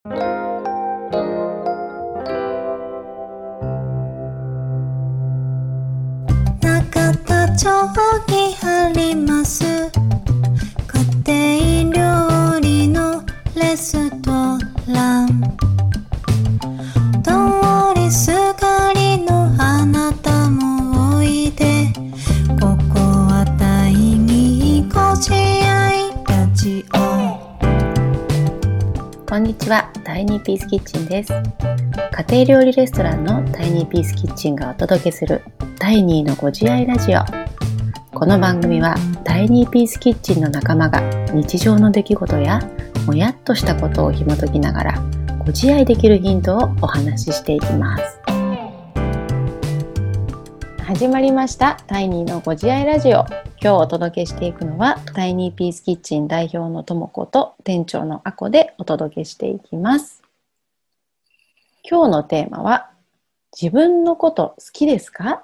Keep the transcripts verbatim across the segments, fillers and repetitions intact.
永田町にあります家庭料理のレストラン、通りすがりのあなたもおいで、ここは第二ご自愛ラジオ。 こんにちは、タイニーピースキッチンです。家庭料理レストランのタイニーピースキッチンがお届けするタイニーのご自愛ラジオ。この番組はタイニーピースキッチンの仲間が日常の出来事やもやっとしたことを紐解きながらご自愛できるヒントをお話ししていきます。始まりましたタイニーのご自愛ラジオ。今日お届けしていくのはタイニーピースキッチン代表のともこと店長のあこでお届けしていきます。今日のテーマは、自分のこと好きですか？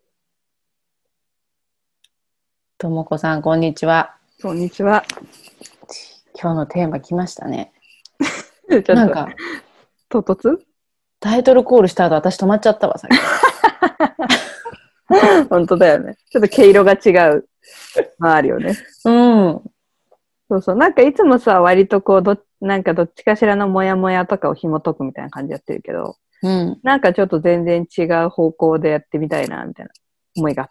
ともこさん、こんにちは。 こんにちは。 今日のテーマ来ましたね。 ちょっとなんか唐突タイトルコールした後私止まっちゃったわさっき。 本当だよね。ちょっと毛色が違うのあるよね。 うん。 そうそう。なんかいつもさ、割とこうど、なんかどっちかしらのモヤモヤとかを紐解くみたいな感じでやってるけど、 うん。 なんかちょっと全然違う方向でやってみたいな、みたいな思いがあって、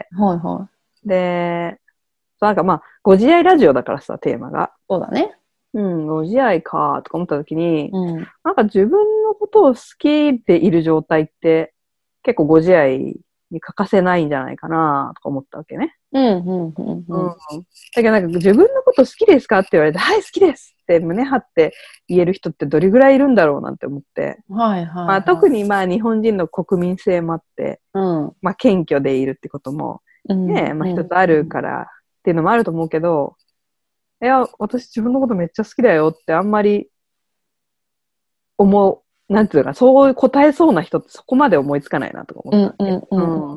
はいはい。 で、なんかまあ、ご自愛ラジオだからさ、テーマが。 そうだね。 うん、ご自愛か、とか思った時に、 うん。 なんか自分のことを好きでいる状態って、結構ご自愛に欠かせないんじゃないかな、とか思ったわけね。 うん、うん、うん、うん。 だけどなんか自分のこと好きですかって言われて、はい、好きですって胸張って言える人ってどれぐらいいるんだろうなんて思って。 はいはい、はい。 まあ、特にまあ日本人の国民性もあって、 うん。 まあ謙虚でいるってこともね、うん、まあ一つあるからっていうのもあると思うけど、いや、私自分のことめっちゃ好きだよってあんまり思う。なんていうか、そう答えそうな人ってそこまで思いつかないなとか思った。うんうんうん。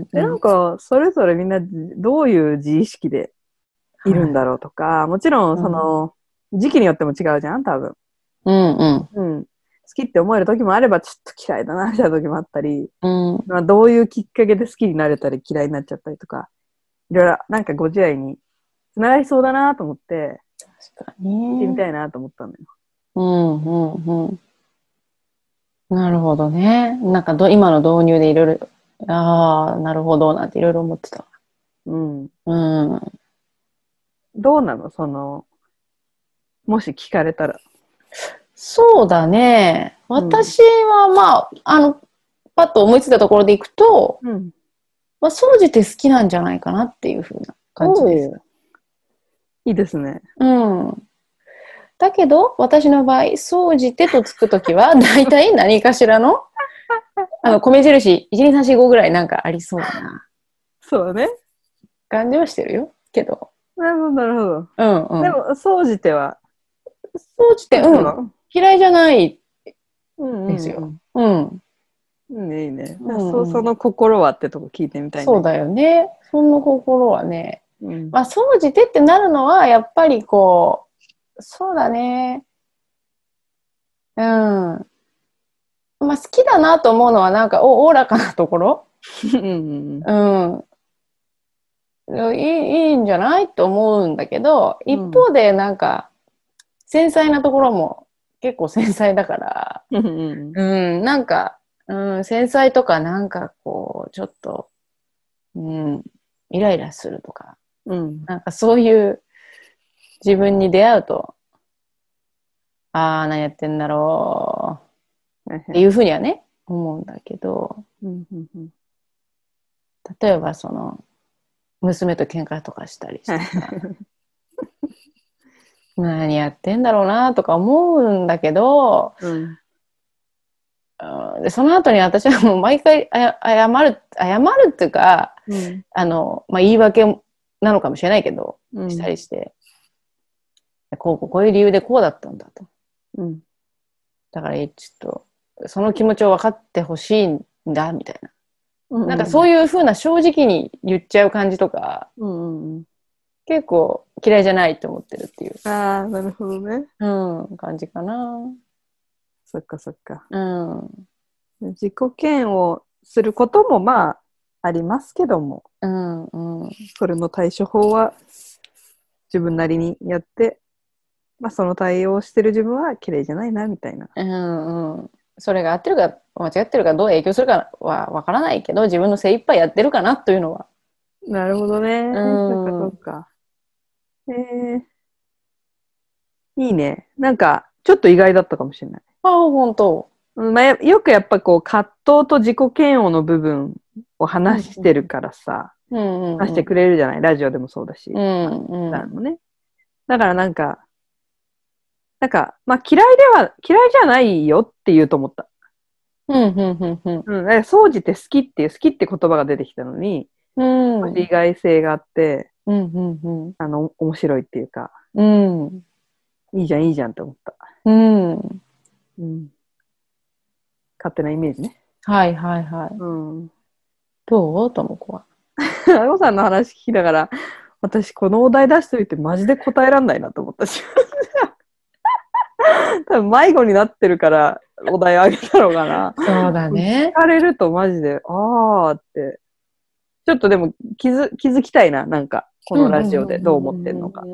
で、なんか、それぞれみんなどういう自意識でいるんだろうとか、はい、もちろん、その、うん、時期によっても違うじゃん、多分。 うんうん。 うん。好きって思える時もあれば、ちょっと嫌いだな、みたいな時もあったり、 うん、 まあ、どういうきっかけで好きになれたり嫌いになっちゃったりとか、いろいろ、なんかご自愛につながりそうだなと思って、 確かに。 聞いてみたいなと思ったんだよ。 うんうんうん。なるほどね。なんかど今の導入でいろいろ、ああ、なるほど、なんていろいろ思ってた。 うん。 うん。 どうなのその、もし聞かれたら。 そうだね。私はまあ、うん、あの、パッと思いついたところでいくと、うん、まあ、総じて好きなんじゃないかなっていうふうな感じです。 いいですね。 うん。だけど、私の場合、総じてとつくときは、大体何かしらの、あの、米印、いち、に、さん、よん、ごぐらいなんかありそうだな。 そうだね。 感じはしてるよ、けど。 なるほど、なるほど。 うんうん。 でも、総じては総じて、うん。嫌いじゃないですよ。うん。 うん、いいね。うん、そ, その心はってとこ聞いてみたいね。 そうだよね。その心はね。うん、まあ、総じてってなるのは、やっぱりこう、そうだね。うん。まあ、好きだなと思うのは、なんか、お、おおらかなところうん。いい、いいんじゃないと思うんだけど、一方で、なんか、繊細なところも結構繊細だから、うん、なんか、うん、繊細とか、なんかこう、ちょっと、うん、イライラするとか、うん、なんかそういう自分に出会うと、ああ、何やってんだろうっていうふうにはね、思うんだけど、うんうんうん、例えばその、娘と喧嘩とかしたりしてさ、何やってんだろうなとか思うんだけど、うんうん、でその後に私はもう毎回謝る、謝るっていうか、うん、あの、まあ、言い訳なのかもしれないけど、うん、したりして、こう、こういう理由でこうだったんだと。うん、だから、ちょっと、その気持ちを分かってほしいんだ、みたいな。うんうん、なんかそういうふうな正直に言っちゃう感じとか、うんうん、結構嫌いじゃないと思ってるっていう。 ああ、なるほどね。 うん、感じかな。 そっかそっか。 うん。 自己嫌悪をすることもまあありますけども、 うんうん。 それの対処法は自分なりにやって、まあその対応してる自分は綺麗じゃないなみたいな。 うんうん。それが合ってるか間違ってるかどう影響するかはわからないけど、自分の精一杯やってるかなというのは。 なるほどね。 うそっかそん。 っか。えー、いいね。なんかちょっと意外だったかもしれない。 ああ、本当。 うん、まあ、よくやっぱこう葛藤と自己嫌悪の部分を話してるからさ、 うんうん、 話してくれるじゃない。ラジオでもそうだし。 うんうん。 まあもね。だからなんか、なんか、まあ嫌いでは、嫌いじゃないよって言うと思った。 うんうんうんうん。 うん。だから総じて好きっていう、好きって言葉が出てきたのに、 うん。 意外性があって、 うんうんうん。 あの、面白いっていうか、 うん。 いいじゃん、いいじゃんって思った。 うん。 うん。勝手なイメージね。 はいはいはい。 うん。 どうともこは。 あごさんの話聞きながら、私このお題出しといてマジで答えらんないなと思ったし。多分迷子になってるからお題あげたのかな。 そうだね。 聞かれるとマジで、あーって。ちょっとでも気づ気づきたいな、なんか、このラジオでどう思ってんのか。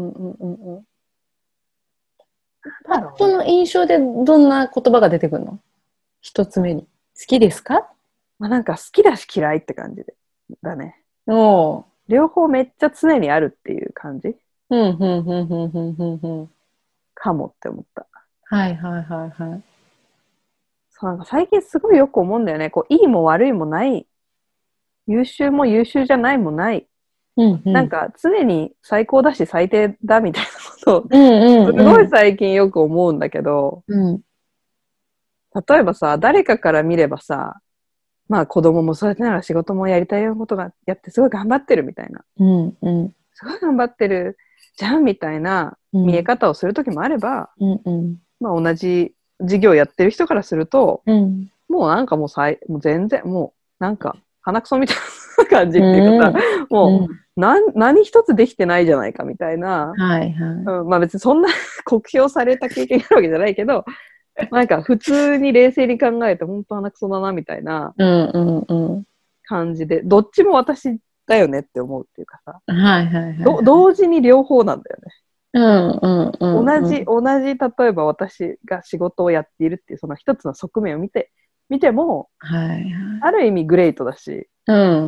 パッとの印象でどんな言葉が出てくるの？一つ目に。好きですか？ まあなんか好きだし嫌いって感じで。だね。 お両方めっちゃ常にあるっていう感じうん、うん、うん、うん、うん、うん、うん。 かもって思った。 はいはいはいはい。 そうなんか最近すごいよく思うんだよね。こう、いいも悪いもない。優秀も優秀じゃないもない。 うんうん、 なんか常に最高だし最低だみたいなことを、 うんうんうん、 すごい最近よく思うんだけど、 うん、 例えばさ、誰かから見ればさ、まあ子供も育てながら仕事もやりたいようなことがやってすごい頑張ってるみたいな。 うんうん、 すごい頑張ってるじゃんみたいな見え方をするときもあれば、 うんうん、 まあ同じ事業をやってる人からすると、 うん、 もうなんかもうさいもう全然もうなんか鼻くそみたいな感じっていうかさ、うん、もう何、何一つできてないじゃないかみたいな、 はいはいうん、まあ別にそんな酷評された経験があるわけじゃないけど、なんか普通に冷静に考えて本当鼻くそだなみたいな感じで、どっちも私だよねって思うっていうかさ、 はいはいはい、 ど同時に両方なんだよね。 うんうんうん、 同じ同じ例えば私が仕事をやっているっていうその一つの側面を見て見ても、 はいはい、 ある意味グレートだし、 うん、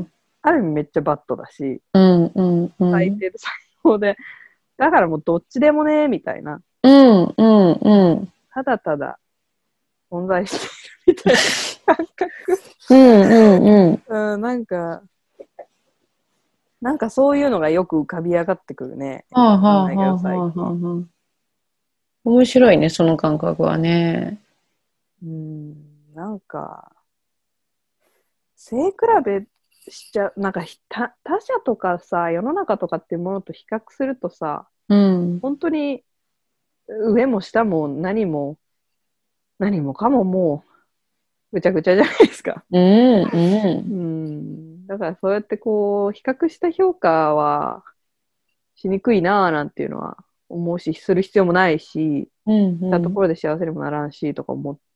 ある意味めっちゃバットだし、 うんうんうん、 最低で最高で、だからもうどっちでもねみたいな、 うんうんうん、 ただただ存在しているみたいな感覚、 うんうんうん、 うん、なんかなんかそういうのがよく浮かび上がってくるね。 はあはあはあはあはあ、面白いねその感覚はね。 うん、なんか背比べしちゃう、なんか他者とかさ、世の中とかっていうものと比較するとさ、 うん、 本当に上も下も何も何もかももうぐちゃぐちゃじゃないですか。 うんうん、 うん、だからそうやってこう比較した評価はしにくいなぁなんていうのは思うし、する必要もないし、 うんうん、 したところで幸せにもならんしとか思って、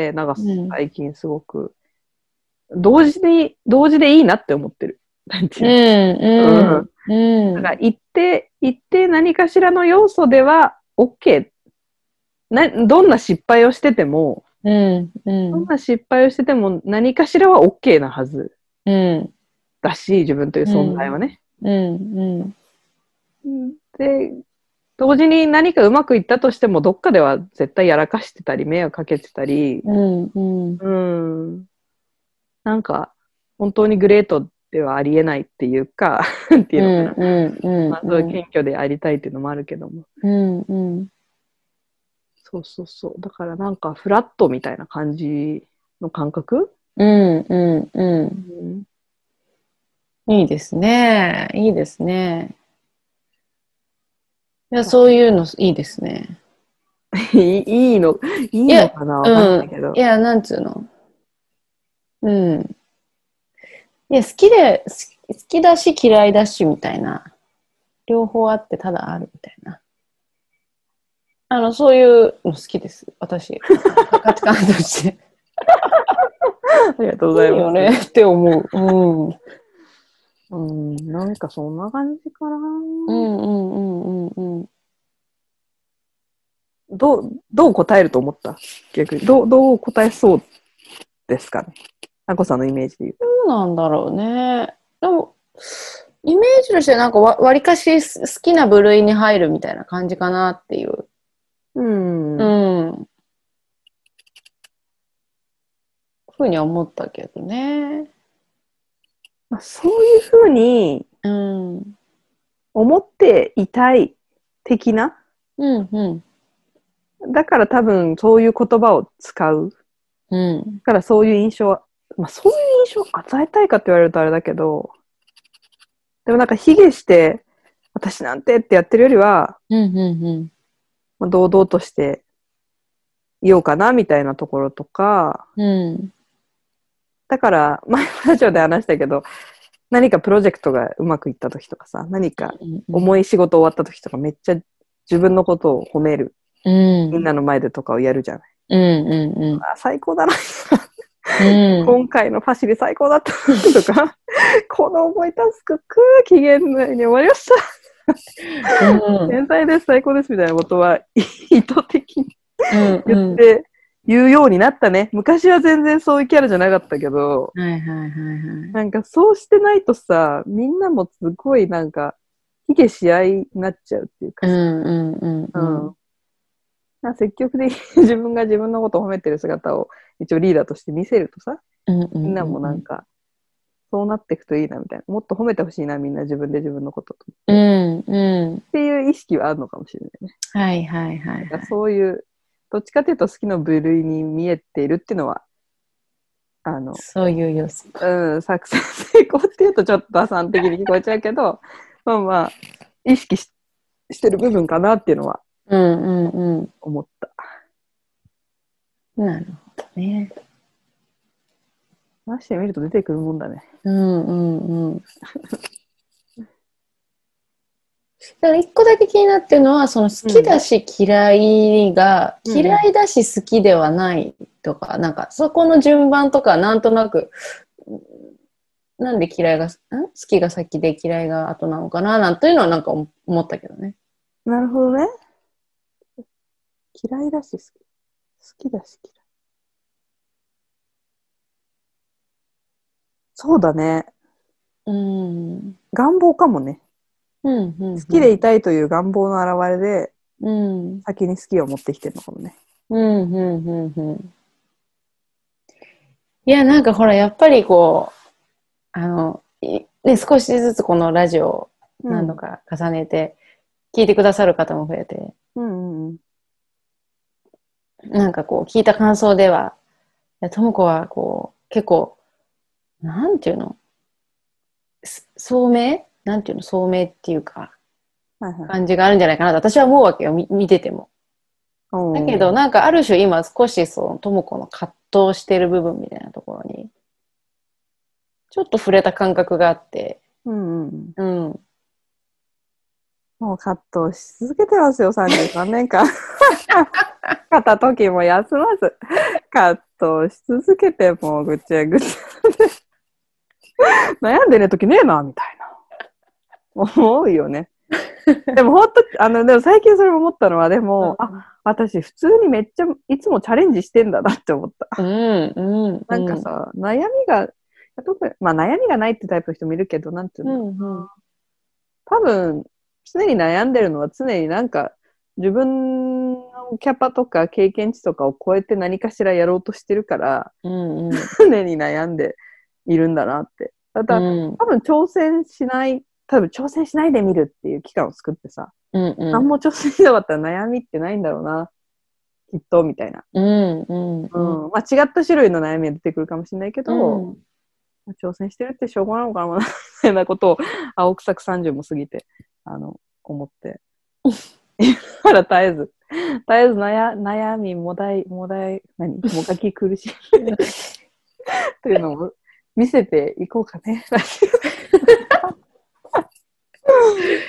なんか最近すごく同時に同時でいいなって思ってる。なんていうの、うんうん、だから一定一定何かしらの要素では OK。などんな失敗をしてても、 うんうん、 どんな失敗をしてても何かしらは OK なはず、 うん、 だし、自分という存在はね。 うんうん、 で、同時に何かうまくいったとしても、どっかでは絶対やらかしてたり、迷惑かけてたり、 うんうんうん、なんか、本当にグレートではありえないっていうか、っていうのかな。うんうんうん、まあ、そういう謙虚でありたいっていうのもあるけども。 うんうん、 そうそうそう。だからなんか、フラットみたいな感じの感覚、 うんうんうん、うん、いいですね。いいですね。いや、そういうのいいですね。 いい、いいの、いいのかな、わかんないけど。 いや、なんつうの。うん。いや、好きで、好きだし嫌いだしみたいな。両方あってただあるみたいな。 あの、そういうの好きです。私。価値観として。 ありがとうございます。いいよねって思う。 うん。うん、なんかそんな感じかな。 うんうんうんうんうん。 どう、どう答えると思った？逆に。どう、どう答えそうですかね。あこさんのイメージで言うと。 どうなんだろうね。でも、イメージとしてなんかわ、わりかし好きな部類に入るみたいな感じかなっていう。 うん。 うん。ふうには思ったけどね。 まあ、そういうふうに思っていたい的な、 うんうん、 だから多分そういう言葉を使う。 うん、 だからそういう印象は、まあそういう印象を与えたいかって言われるとあれだけど、でもなんか卑下して、私なんてってやってるよりは、 うんうんうんまあ、堂々としていようかなみたいなところとか、 うん、 だから前のラジオで話したけど、何かプロジェクトがうまくいった時とかさ、何か重い仕事終わった時とかめっちゃ自分のことを褒める、うん、みんなの前でとかをやるじゃない。 うんうんうん、 あ、最高だな、うん、今回のパシリ最高だったとかこの重いタスク期限内に終わりましたうん、天才です最高ですみたいなことは意図的に言って、うんうん、言うようになったね。昔は全然そういうキャラじゃなかったけど、 はいはいはいはい、 なんかそうしてないとさ、みんなもすごいなんか卑下し合いになっちゃうっていうかさ、うんうんうんうんうん、積極的に自分が自分のことを褒めてる姿を一応リーダーとして見せるとさ、うんうんうんうん、みんなもなんかそうなっていくといいなみたいな、もっと褒めてほしいなみんな自分で自分のことと、うんうん、っていう意識はあるのかもしれないね。 はいはいはい、はい、 そういうどっちかというと好きの部類に見えているっていうのはあのそういう要素、 うん、作戦成功っていうとちょっと打算的に聞こえちゃうけどまあまあ意識 し, してる部分かなっていうのはうんうんうん、 思った。 なるほどね。 話してみると出てくるもんだね。 うんうんうん。だから一個だけ気になってるのは、その好きだし嫌いが、うん、嫌いだし好きではないとか、うん、なんかそこの順番とかなんとなく、なんで嫌いが、ん好きが先で嫌いが後なのかななんていうのはなんか思ったけどね。 なるほどね。嫌いだし好き。好きだし嫌い。そうだね。うん。願望かもね。うんうんうん、好きでいたいという願望の表れで、うん、先に好きを持ってきてるのかもね。うんうんうんうん。 いやなんかほらやっぱりこうあのね少しずつこのラジオを何度か重ねて聞いてくださる方も増えて、うんうん、なんかこう聞いた感想では、ともこはこう結構なんていうの聡明なんていうの聡明っていうか。感じがあるんじゃないかなと私は思うわけよ 見, 見ててもだけどなんかある種今少しそのともこの葛藤してる部分みたいなところにちょっと触れた感覚があってうんうん、うん、 もう葛藤し続けてますよさんじゅうさんねんかん片時も休まず葛藤し続けてもうぐちゃぐちゃ悩んでる時ねえなみたいな思うよねでも本当あのでも最近それ思ったのはでも、うん、あ私普通にめっちゃいつもチャレンジしてんだなって思った、うんうん、なんかさ悩みが特に、まあ、悩みがないってタイプの人もいるけどなんていうの、うんうん、多分常に悩んでるのは常になんか自分のキャパとか経験値とかを超えて何かしらやろうとしてるから、うんうん、常に悩んでいるんだなってだから、うん、多分挑戦しない多分挑戦しないでみるっていう期間を作ってさ、うんうん、何も挑戦しなかったら悩みってないんだろうなきっとみたいな、うんうんうんうんまあ、違った種類の悩みが出てくるかもしれないけど、うんまあ、挑戦してるってしょうがないのかなみたいなことを青臭くさんじゅうも過ぎてあの思ってまだ絶えず絶えず悩悩みもだいもだい何もがき苦しいというのを見せていこうかね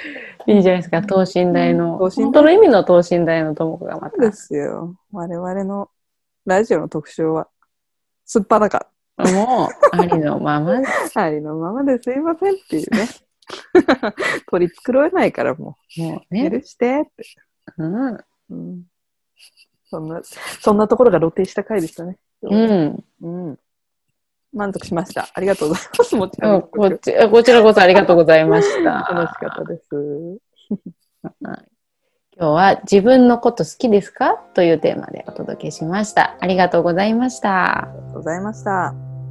いいじゃないですか、等身大の。 等身大本当の意味の等身大のともこがまた。 そうですよ。我々のラジオの特徴は、すっぱだかもう、ありのまま。 ありのままですいませんっていうね。取り繕えないからもう、 もうね。 許してって。 うんうん。そんな、そんなところが露呈した回でしたね。 うん。 うん。満足しました。ありがとうございます。もちろん。 こっち、こちらこそありがとうございました。 楽しかったです。 今日は自分のこと好きですかというテーマでお届けしました。ありがとうございました。 ありがとうございました。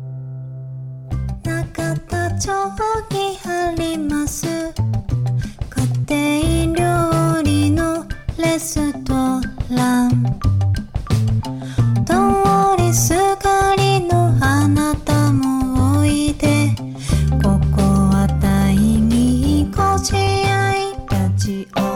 中田町にあります家庭料理のレストラン、通りすがりのあなたもおいで、ここは大にこちあいラジオ。